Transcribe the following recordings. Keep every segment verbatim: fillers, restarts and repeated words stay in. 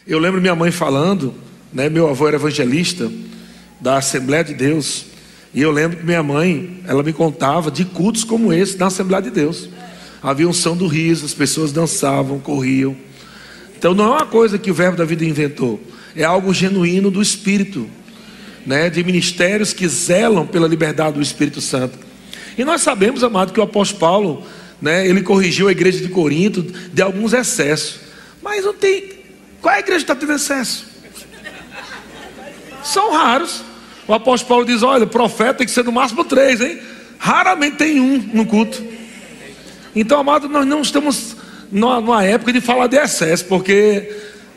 Eu lembro minha mãe falando, né, meu avô era evangelista da Assembleia de Deus. E eu lembro que minha mãe, ela me contava de cultos como esse na Assembleia de Deus. Havia unção do riso, as pessoas dançavam, corriam. Então não é uma coisa que o Verbo da Vida inventou. É algo genuíno do Espírito, né, de ministérios que zelam pela liberdade do Espírito Santo. E nós sabemos, amado, que o apóstolo Paulo, né, ele corrigiu a igreja de Corinto de alguns excessos. Mas não tem... Qual é a igreja que está tendo excesso? São raros. O apóstolo Paulo diz, olha, profeta tem que ser no máximo três, hein? Raramente tem um no culto. Então, amado, nós não estamos numa época de falar de excesso, porque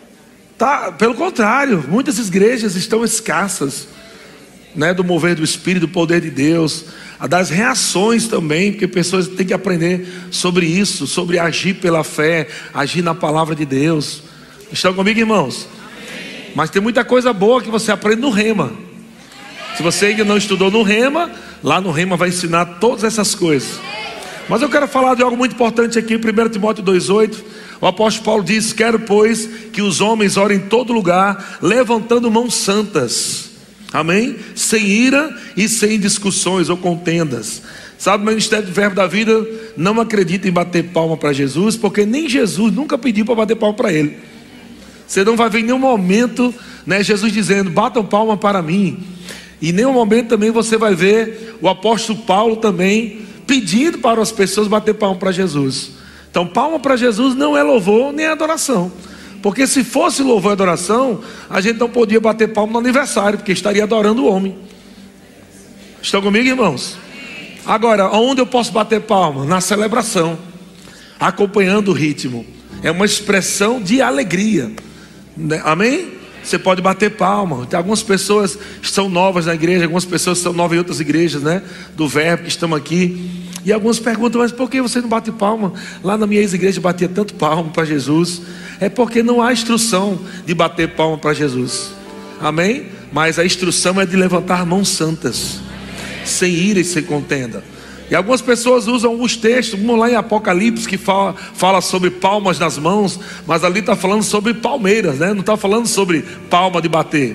tá, pelo contrário, muitas igrejas estão escassas, né, do mover do Espírito, do poder de Deus, das reações também, porque pessoas têm que aprender sobre isso, sobre agir pela fé, agir na palavra de Deus. Estão comigo, irmãos? Amém. Mas tem muita coisa boa que você aprende no Rema. Se você ainda não estudou no Rema, lá no Rema vai ensinar todas essas coisas. Mas eu quero falar de algo muito importante aqui, em primeiro Timóteo dois, oito. O apóstolo Paulo diz, quero pois que os homens orem em todo lugar, levantando mãos santas, amém? Sem ira e sem discussões ou contendas. Sabe, o Ministério do Verbo da Vida não acredita em bater palma para Jesus, porque nem Jesus nunca pediu para bater palma para ele. Você não vai ver em nenhum momento, né, Jesus dizendo, batam palma para mim. E em nenhum momento também você vai ver o apóstolo Paulo também pedindo para as pessoas bater palma para Jesus. Então palma para Jesus não é louvor nem adoração. Porque se fosse louvor e adoração, a gente não podia bater palma no aniversário, porque estaria adorando o homem. Estão comigo, irmãos? Agora, onde eu posso bater palma? Na celebração, acompanhando o ritmo. É uma expressão de alegria, né? Amém? Você pode bater palma. Tem algumas pessoas que são novas na igreja, algumas pessoas que são novas em outras igrejas, né, do Verbo, que estão aqui. E alguns perguntam, mas por que você não bate palma? Lá na minha ex-igreja batia tanto palma para Jesus. É porque não há instrução de bater palma para Jesus. Amém? Mas a instrução é de levantar mãos santas, sem ira e sem contenda. E algumas pessoas usam os textos, um lá em Apocalipse que fala, fala sobre palmas nas mãos, mas ali está falando sobre palmeiras, né? Não está falando sobre palma de bater.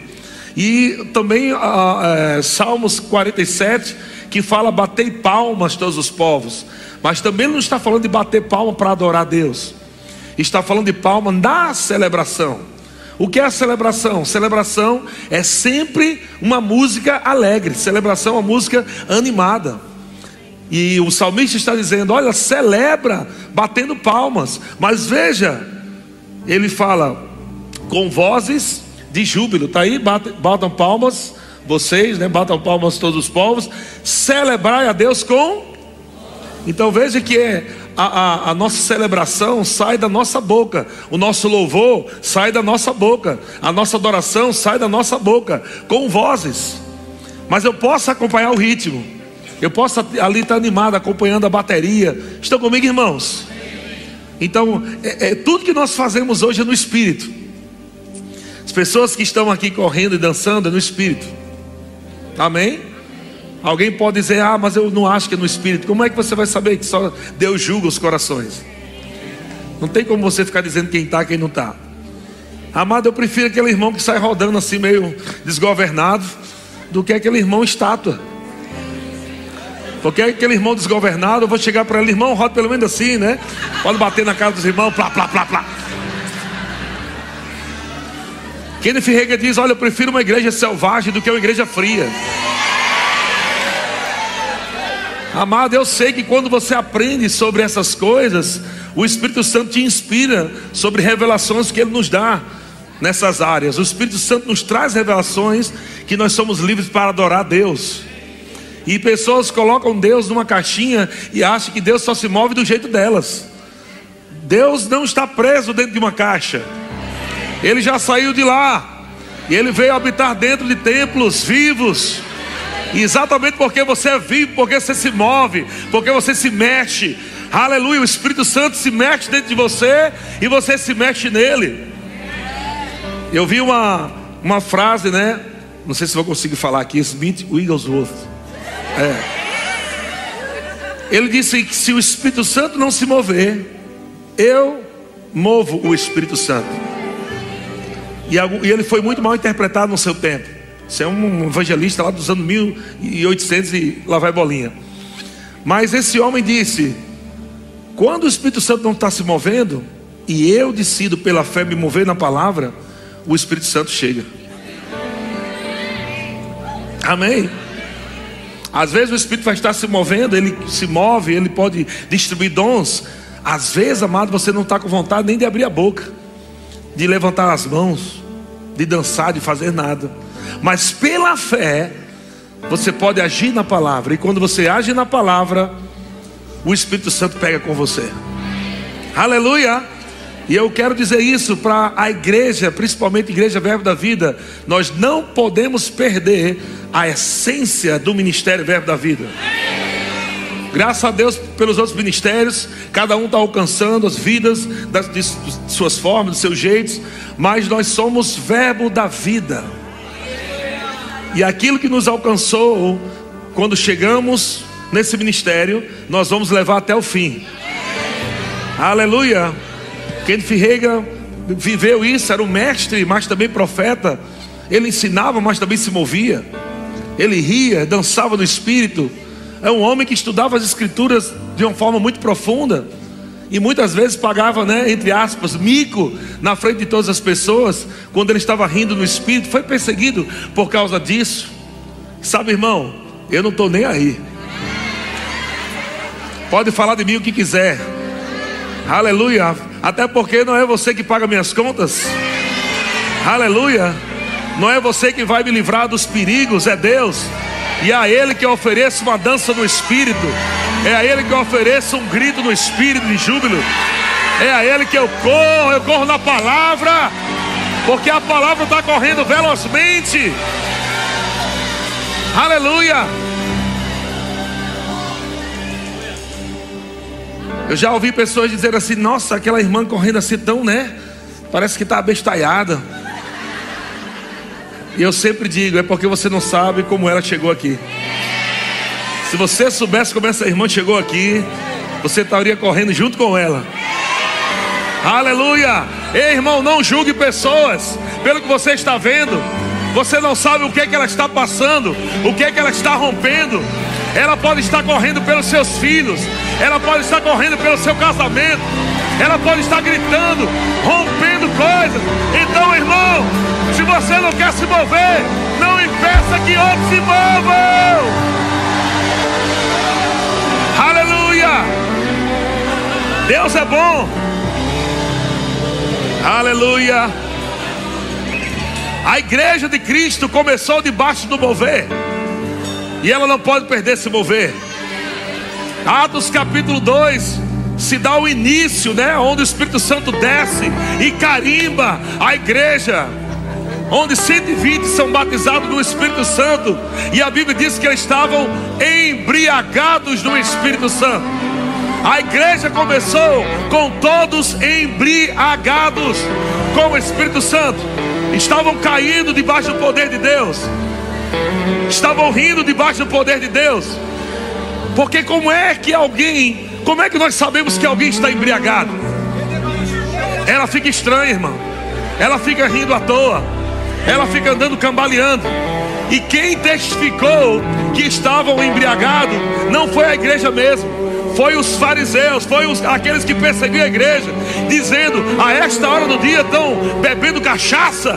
E também a, a, Salmos quarenta e sete, que fala batei palmas todos os povos, mas também não está falando de bater palma para adorar a Deus. Está falando de palma na celebração. O que é a celebração? Celebração é sempre uma música alegre. Celebração é uma música animada. E o salmista está dizendo, olha, celebra batendo palmas. Mas veja, ele fala com vozes de júbilo. Está aí, batam, batam palmas vocês, né? Batam palmas todos os povos. Celebrai a Deus com... Então veja que é, a, a, a nossa celebração sai da nossa boca. O nosso louvor sai da nossa boca. A nossa adoração sai da nossa boca, com vozes. Mas eu posso acompanhar o ritmo. Eu posso ali estar animado, acompanhando a bateria. Estão comigo, irmãos? Então, é, é, tudo que nós fazemos hoje é no Espírito. As pessoas que estão aqui correndo e dançando é no Espírito. Amém? Alguém pode dizer, ah, mas eu não acho que é no Espírito. Como é que você vai saber que só Deus julga os corações? Não tem como você ficar dizendo quem está e quem não está. Amado, eu prefiro aquele irmão que sai rodando assim meio desgovernado, do que aquele irmão estátua. Porque aquele irmão desgovernado, eu vou chegar para ele, irmão, roda pelo menos assim, né? Pode bater na cara dos irmãos, plá, plá, plá, plá. Kenneth Reagan diz, olha, eu prefiro uma igreja selvagem do que uma igreja fria. Amado, eu sei que quando você aprende sobre essas coisas, o Espírito Santo te inspira sobre revelações que Ele nos dá nessas áreas. O Espírito Santo nos traz revelações que nós somos livres para adorar a Deus. E pessoas colocam Deus numa caixinha e acham que Deus só se move do jeito delas. Deus não está preso dentro de uma caixa. Ele já saiu de lá. E Ele veio habitar dentro de templos vivos. E exatamente porque você é vivo, porque você se move, porque você se mexe. Aleluia, o Espírito Santo se mexe dentro de você e você se mexe nele. Eu vi uma, uma frase, né? Não sei se vou conseguir falar aqui. Smith Wigglesworth. É. Ele disse que se o Espírito Santo não se mover, eu movo o Espírito Santo. E ele foi muito mal interpretado no seu tempo. Você é um evangelista lá dos anos mil e oitocentos e lá vai bolinha. Mas esse homem disse: quando o Espírito Santo não está se movendo, e eu decido pela fé me mover na palavra, o Espírito Santo chega. Amém? Às vezes o Espírito vai estar se movendo, ele se move, ele pode distribuir dons. Às vezes, amado, você não está com vontade nem de abrir a boca, de levantar as mãos, de dançar, de fazer nada. Mas pela fé, você pode agir na palavra. E quando você age na palavra, o Espírito Santo pega com você. Aleluia! E eu quero dizer isso para a igreja, principalmente a igreja Verbo da Vida. Nós não podemos perder a essência do ministério Verbo da Vida. Graças a Deus pelos outros ministérios, cada um está alcançando as vidas das, de, de suas formas, de seus jeitos. Mas nós somos Verbo da Vida. E aquilo que nos alcançou quando chegamos nesse ministério, nós vamos levar até o fim. Aleluia! Kenneth Reagan viveu isso, era um mestre, mas também profeta. Ele ensinava, mas também se movia. Ele ria, dançava no espírito. É um homem que estudava as escrituras de uma forma muito profunda. E muitas vezes pagava, né, entre aspas, mico na frente de todas as pessoas, quando ele estava rindo no espírito. Foi perseguido por causa disso. Sabe, irmão, eu não estou nem aí. Pode falar de mim o que quiser. Aleluia. Até porque não é você que paga minhas contas. Aleluia. Não é você que vai me livrar dos perigos, é Deus. E é a Ele que eu ofereço uma dança no espírito. É a Ele que eu ofereço um grito no espírito de júbilo. É a Ele que eu corro, eu corro na palavra, porque a palavra está correndo velozmente. Aleluia. Eu já ouvi pessoas dizer assim: nossa, aquela irmã correndo assim tão, né, parece que está abestalhada. E eu sempre digo: é porque você não sabe como ela chegou aqui. Se você soubesse como essa irmã chegou aqui, você estaria correndo junto com ela. Aleluia. Ei, irmão, não julgue pessoas pelo que você está vendo. Você não sabe o que é que ela está passando, o que é que ela está rompendo. Ela pode estar correndo pelos seus filhos, ela pode estar correndo pelo seu casamento, ela pode estar gritando, rompendo coisas. Então, irmão, se você não quer se mover, não impeça que outros se movam. Aleluia. Deus é bom. Aleluia. A igreja de Cristo começou debaixo do mover, e ela não pode perder se mover. Atos capítulo dois se dá o início, né, onde o Espírito Santo desce e carimba a igreja, onde cento e vinte são batizados no Espírito Santo. E a Bíblia diz que eles estavam embriagados no Espírito Santo. A igreja começou com todos embriagados com o Espírito Santo. Estavam caindo debaixo do poder de Deus, estavam rindo debaixo do poder de Deus. Porque como é que alguém, como é que nós sabemos que alguém está embriagado? Ela fica estranha, irmão. Ela fica rindo à toa, ela fica andando cambaleando. E quem testificou que estavam embriagados não foi a igreja mesmo, foi os fariseus, foi os, aqueles que perseguiam a igreja, dizendo: a esta hora do dia estão bebendo cachaça.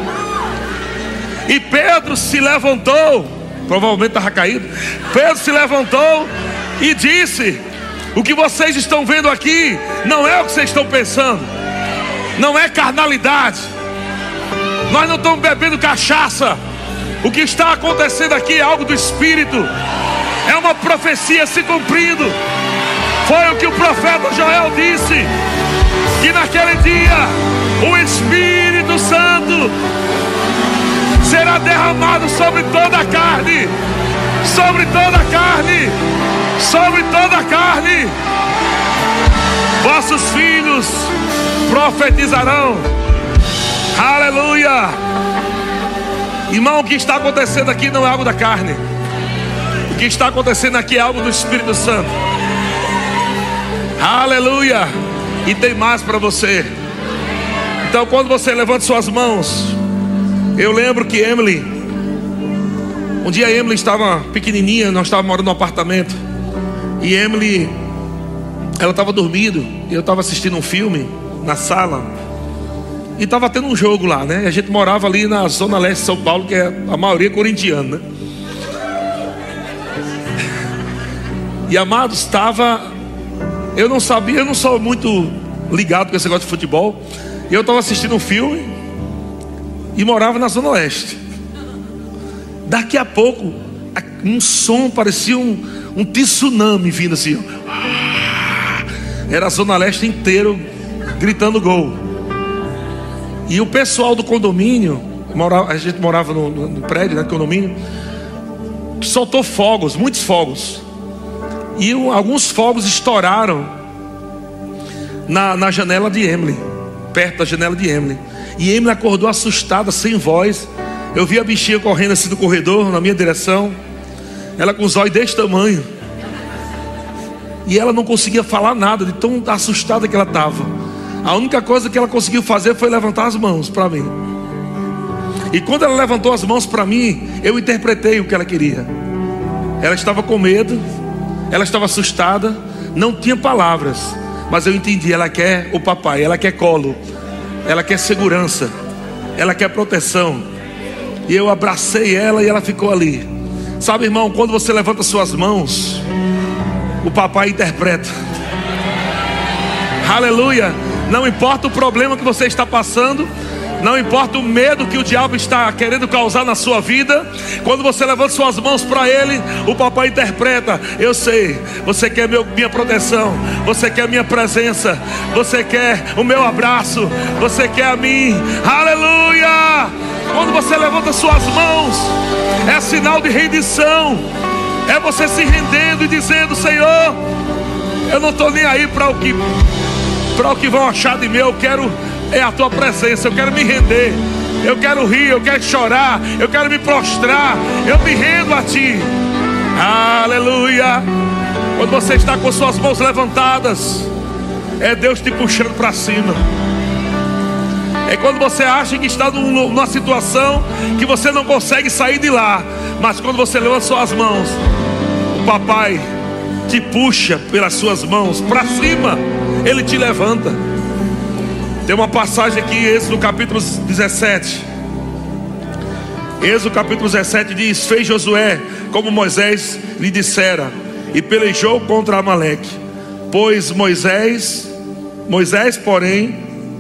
E Pedro se levantou, provavelmente estava caído. Pedro se levantou e disse: o que vocês estão vendo aqui não é o que vocês estão pensando, não é carnalidade, nós não estamos bebendo cachaça. O que está acontecendo aqui é algo do Espírito, é uma profecia se cumprindo. Foi o que o profeta Joel disse, que naquele dia o Espírito Santo será derramado sobre toda a carne, sobre toda a carne, sobre toda a carne. Vossos filhos profetizarão. Aleluia. Irmão, o que está acontecendo aqui não é algo da carne. O que está acontecendo aqui é algo do Espírito Santo. Aleluia. E tem mais para você. Então, quando você levanta suas mãos, eu lembro que Emily, um dia a Emily estava pequenininha, nós estávamos morando num apartamento, e Emily, ela estava dormindo, e eu estava assistindo um filme na sala, e estava tendo um jogo lá, né? A gente morava ali na zona leste de São Paulo, que é a maioria corintiana, né? E amados, estava, eu não sabia, eu não sou muito ligado com esse negócio de futebol, e eu estava assistindo um filme e morava na zona leste. Daqui a pouco, um som parecia um, um tsunami vindo assim, ó. Era a zona leste inteiro gritando gol. E o pessoal do condomínio, morava, a gente morava no, no, no prédio, né, do condomínio, soltou fogos, muitos fogos. E um, alguns fogos estouraram na, na janela de Emily, perto da janela de Emily. E Emily acordou assustada, sem voz. Eu vi a bichinha correndo assim no corredor, na minha direção. Ela com os olhos desse tamanho. E ela não conseguia falar nada, de tão assustada que ela estava. A única coisa que ela conseguiu fazer foi levantar as mãos para mim. E quando ela levantou as mãos para mim, eu interpretei o que ela queria. Ela estava com medo, ela estava assustada, não tinha palavras, mas eu entendi, ela quer o papai, ela quer colo, ela quer segurança, ela quer proteção. E eu abracei ela e ela ficou ali. Sabe, irmão, quando você levanta suas mãos, o papai interpreta. Aleluia. Não importa o problema que você está passando, não importa o medo que o diabo está querendo causar na sua vida, quando você levanta suas mãos para ele, o papai interpreta. Eu sei, você quer meu, minha proteção, você quer minha presença, você quer o meu abraço, você quer a mim. Aleluia. Quando você levanta suas mãos, é sinal de rendição, é você se rendendo e dizendo: Senhor, eu não estou nem aí para o que para o que vão achar de mim. Eu quero é a tua presença, eu quero me render, eu quero rir, eu quero chorar, eu quero me prostrar, eu me rendo a ti. Aleluia. Quando você está com suas mãos levantadas, é Deus te puxando para cima. É quando você acha que está numa situação que você não consegue sair de lá, mas quando você levanta suas mãos, o papai te puxa pelas suas mãos para cima, ele te levanta. Tem uma passagem aqui, Êxodo capítulo dezessete. Êxodo capítulo dezessete diz: fez Josué como Moisés lhe dissera, e pelejou contra Amaleque. Pois Moisés, Moisés porém,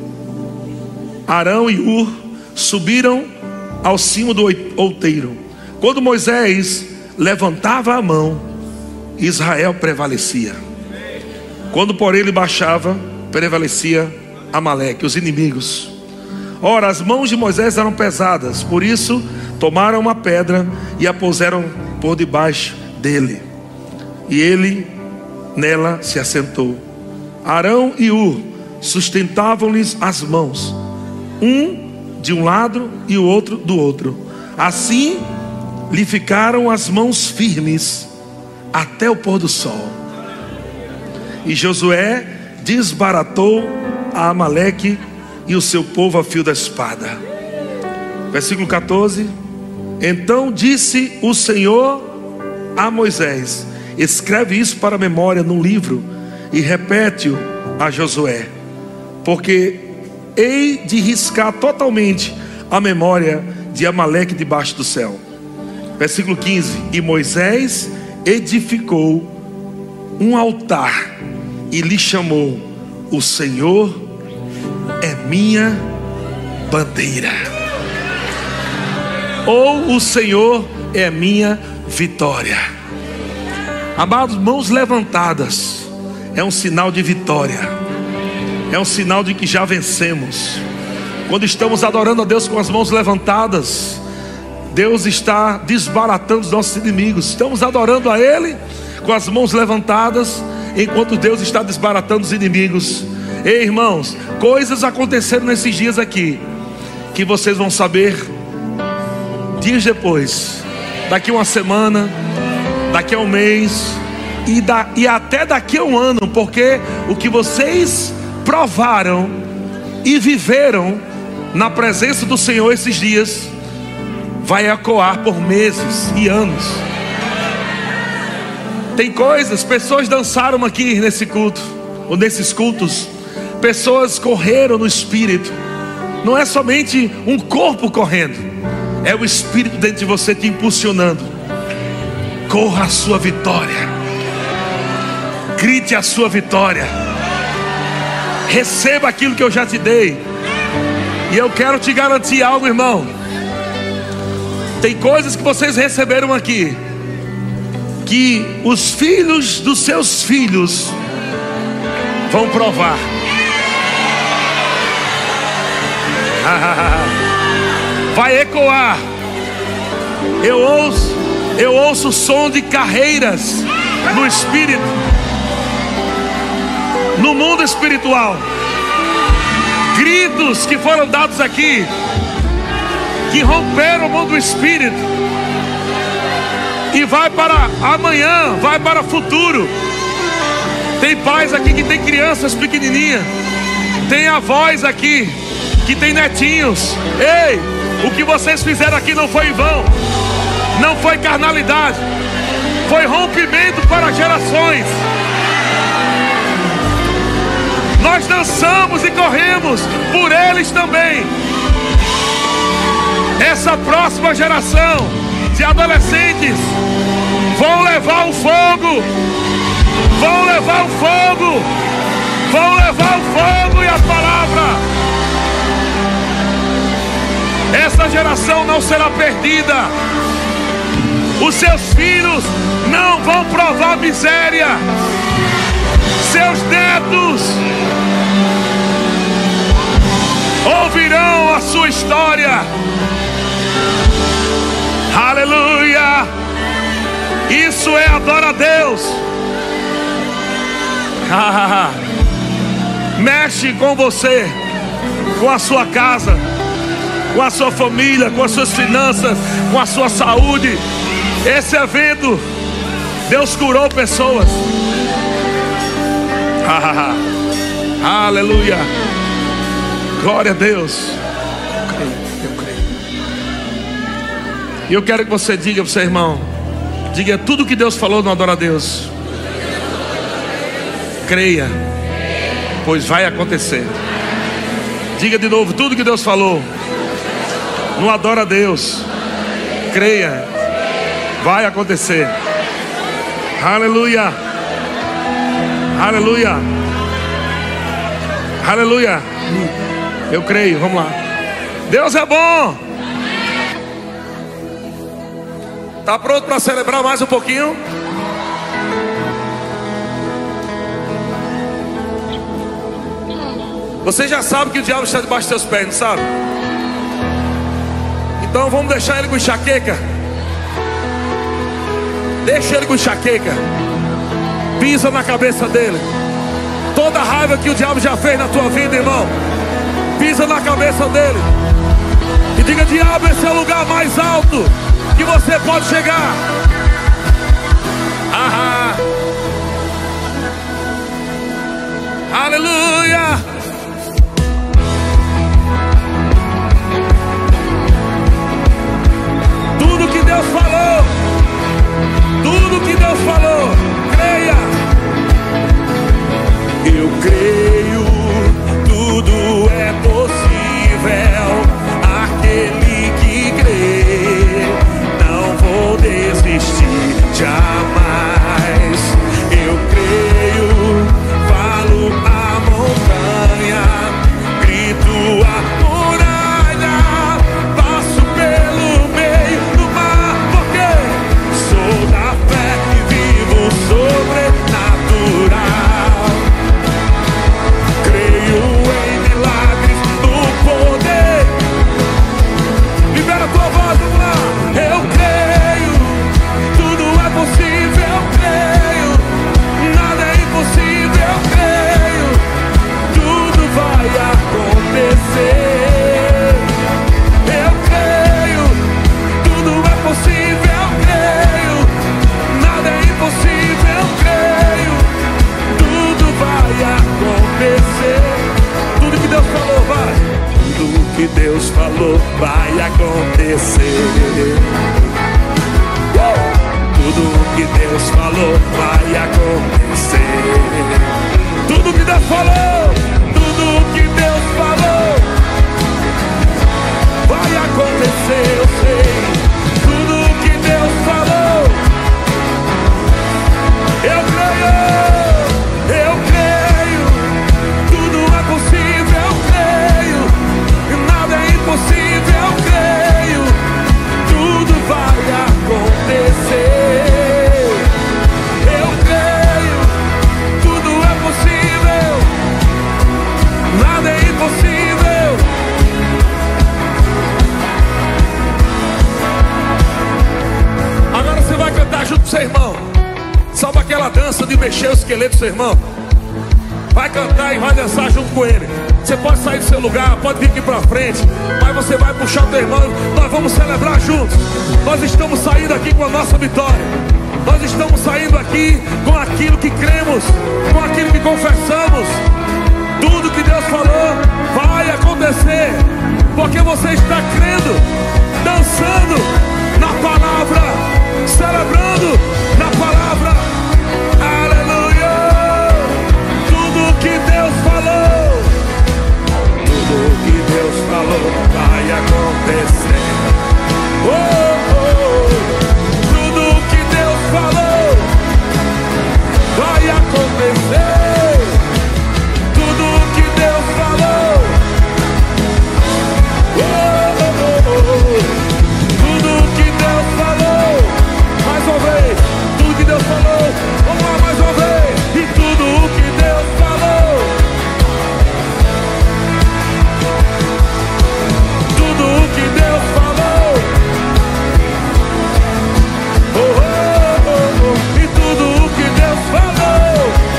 Arão e Ur subiram ao cimo do outeiro. Quando Moisés levantava a mão, Israel prevalecia. Quando porém ele baixava, prevalecia Amaleque, os inimigos. Ora, as mãos de Moisés eram pesadas, por isso tomaram uma pedra e a puseram por debaixo dele, e ele nela se assentou. Arão e Ur sustentavam-lhes as mãos, um de um lado e o outro do outro. Assim lhe ficaram as mãos firmes até o pôr do sol. E Josué desbaratou a Amaleque e o seu povo a fio da espada. Versículo quatorze. Então disse o Senhor a Moisés: escreve isso para a memória num livro e repete-o a Josué, porque hei de riscar totalmente a memória de Amaleque debaixo do céu. Versículo quinze. E Moisés edificou um altar e lhe chamou: o Senhor é minha bandeira, ou o Senhor é minha vitória. Amados, mãos levantadas é um sinal de vitória, é um sinal de que já vencemos. Quando estamos adorando a Deus com as mãos levantadas, Deus está desbaratando os nossos inimigos. Estamos adorando a Ele com as mãos levantadas, enquanto Deus está desbaratando os inimigos. Ei, irmãos, coisas aconteceram nesses dias aqui que vocês vão saber dias depois, daqui a uma semana, daqui a um mês e, da, e até daqui a um ano, porque o que vocês provaram e viveram na presença do Senhor esses dias, vai ecoar por meses e anos. Tem coisas, pessoas dançaram aqui nesse culto, ou nesses cultos, pessoas correram no Espírito. Não é somente um corpo correndo, é o Espírito dentro de você te impulsionando. Corra a sua vitória, grite a sua vitória, receba aquilo que eu já te dei. E eu quero te garantir algo, irmão. Tem coisas que vocês receberam aqui, que os filhos dos seus filhos vão provar. Vai ecoar. Eu ouço, eu ouço o som de carreiras no Espírito, no mundo espiritual. Gritos que foram dados aqui, que romperam o mundo do Espírito, e vai para amanhã, vai para o futuro. Tem pais aqui que tem crianças pequenininhas, tem avós aqui que tem netinhos. Ei, o que vocês fizeram aqui não foi em vão, não foi carnalidade, foi rompimento para gerações. Nós dançamos e corremos por eles também. Essa próxima geração de adolescentes vão levar o fogo, vão levar o fogo, vão levar o fogo e a palavra. Essa geração não será perdida. Os seus filhos não vão provar miséria. Seus netos ouvirão a sua história. Aleluia. Isso é adorar a Deus. Mexe com você, com a sua casa, com a sua família, com as suas finanças, com a sua saúde. Esse evento, Deus curou pessoas. Aleluia. Glória a Deus. Eu creio, eu creio. E eu quero que você diga para o seu irmão, diga tudo que Deus falou no Adora a Deus. Creia, pois vai acontecer. Diga de novo, tudo que Deus falou no Adora a Deus, creia, vai acontecer. Aleluia. Aleluia. Aleluia. Eu creio, vamos lá. Deus é bom. Está pronto para celebrar mais um pouquinho? Você já sabe que o diabo está debaixo dos seus pés, não sabe? Então vamos deixar ele com enxaqueca. Deixa ele com enxaqueca. Pisa na cabeça dele. Toda a raiva que o diabo já fez na tua vida, irmão, pisa na cabeça dele e diga: diabo, esse é o lugar mais alto que você pode chegar. Aham. Aleluia. Tudo que Deus falou, tudo que Deus falou, creia. Eu creio, tudo é possível. Aquele que crê, não vou desistir jamais. Eu creio, falo a montanha. vai acontecer. Tudo que Deus falou vai acontecer. Tudo que Deus falou, tudo que Deus falou vai acontecer, eu sei. Tudo que Deus falou, eu creio, eu creio. Tudo é possível, eu creio. Nada é impossível, eu creio. Tudo vai acontecer. Eu creio, tudo é possível. Nada é impossível. Agora você vai cantar junto com seu irmão. Salva aquela dança de mexer o esqueleto do seu irmão. Vai cantar e vai dançar junto com ele. Você pode sair do seu lugar, pode vir aqui pra frente, mas você vai puxar o teu irmão. Nós vamos celebrar juntos. Nós estamos saindo aqui com a nossa vitória. Nós estamos saindo aqui com aquilo que cremos, com aquilo que confessamos. Tudo que Deus falou vai acontecer, porque você está crendo, dançando na palavra, celebrando na palavra. Aleluia! Tudo que Deus falou, tudo que Deus falou vai acontecer. Oh, oh, tudo que Deus falou vai acontecer. Tudo que Deus falou, oh, oh, oh, tudo que Deus falou. Mais uma vez, tudo que Deus falou. Vamos lá, mais uma vez. E tudo o que Deus falou, tudo o que Deus falou, oh, oh, oh, oh. E tudo o que Deus falou,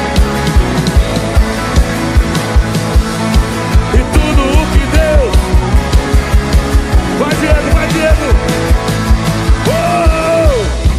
e tudo o que Deus. Vai, Diego, vai, Diego. Oh, oh.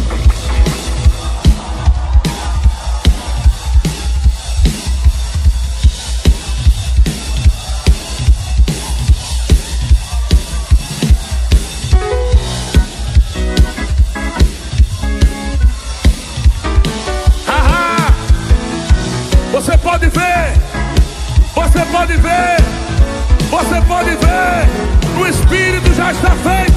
Você pode ver, você pode ver, você pode ver, o Espírito já está feito.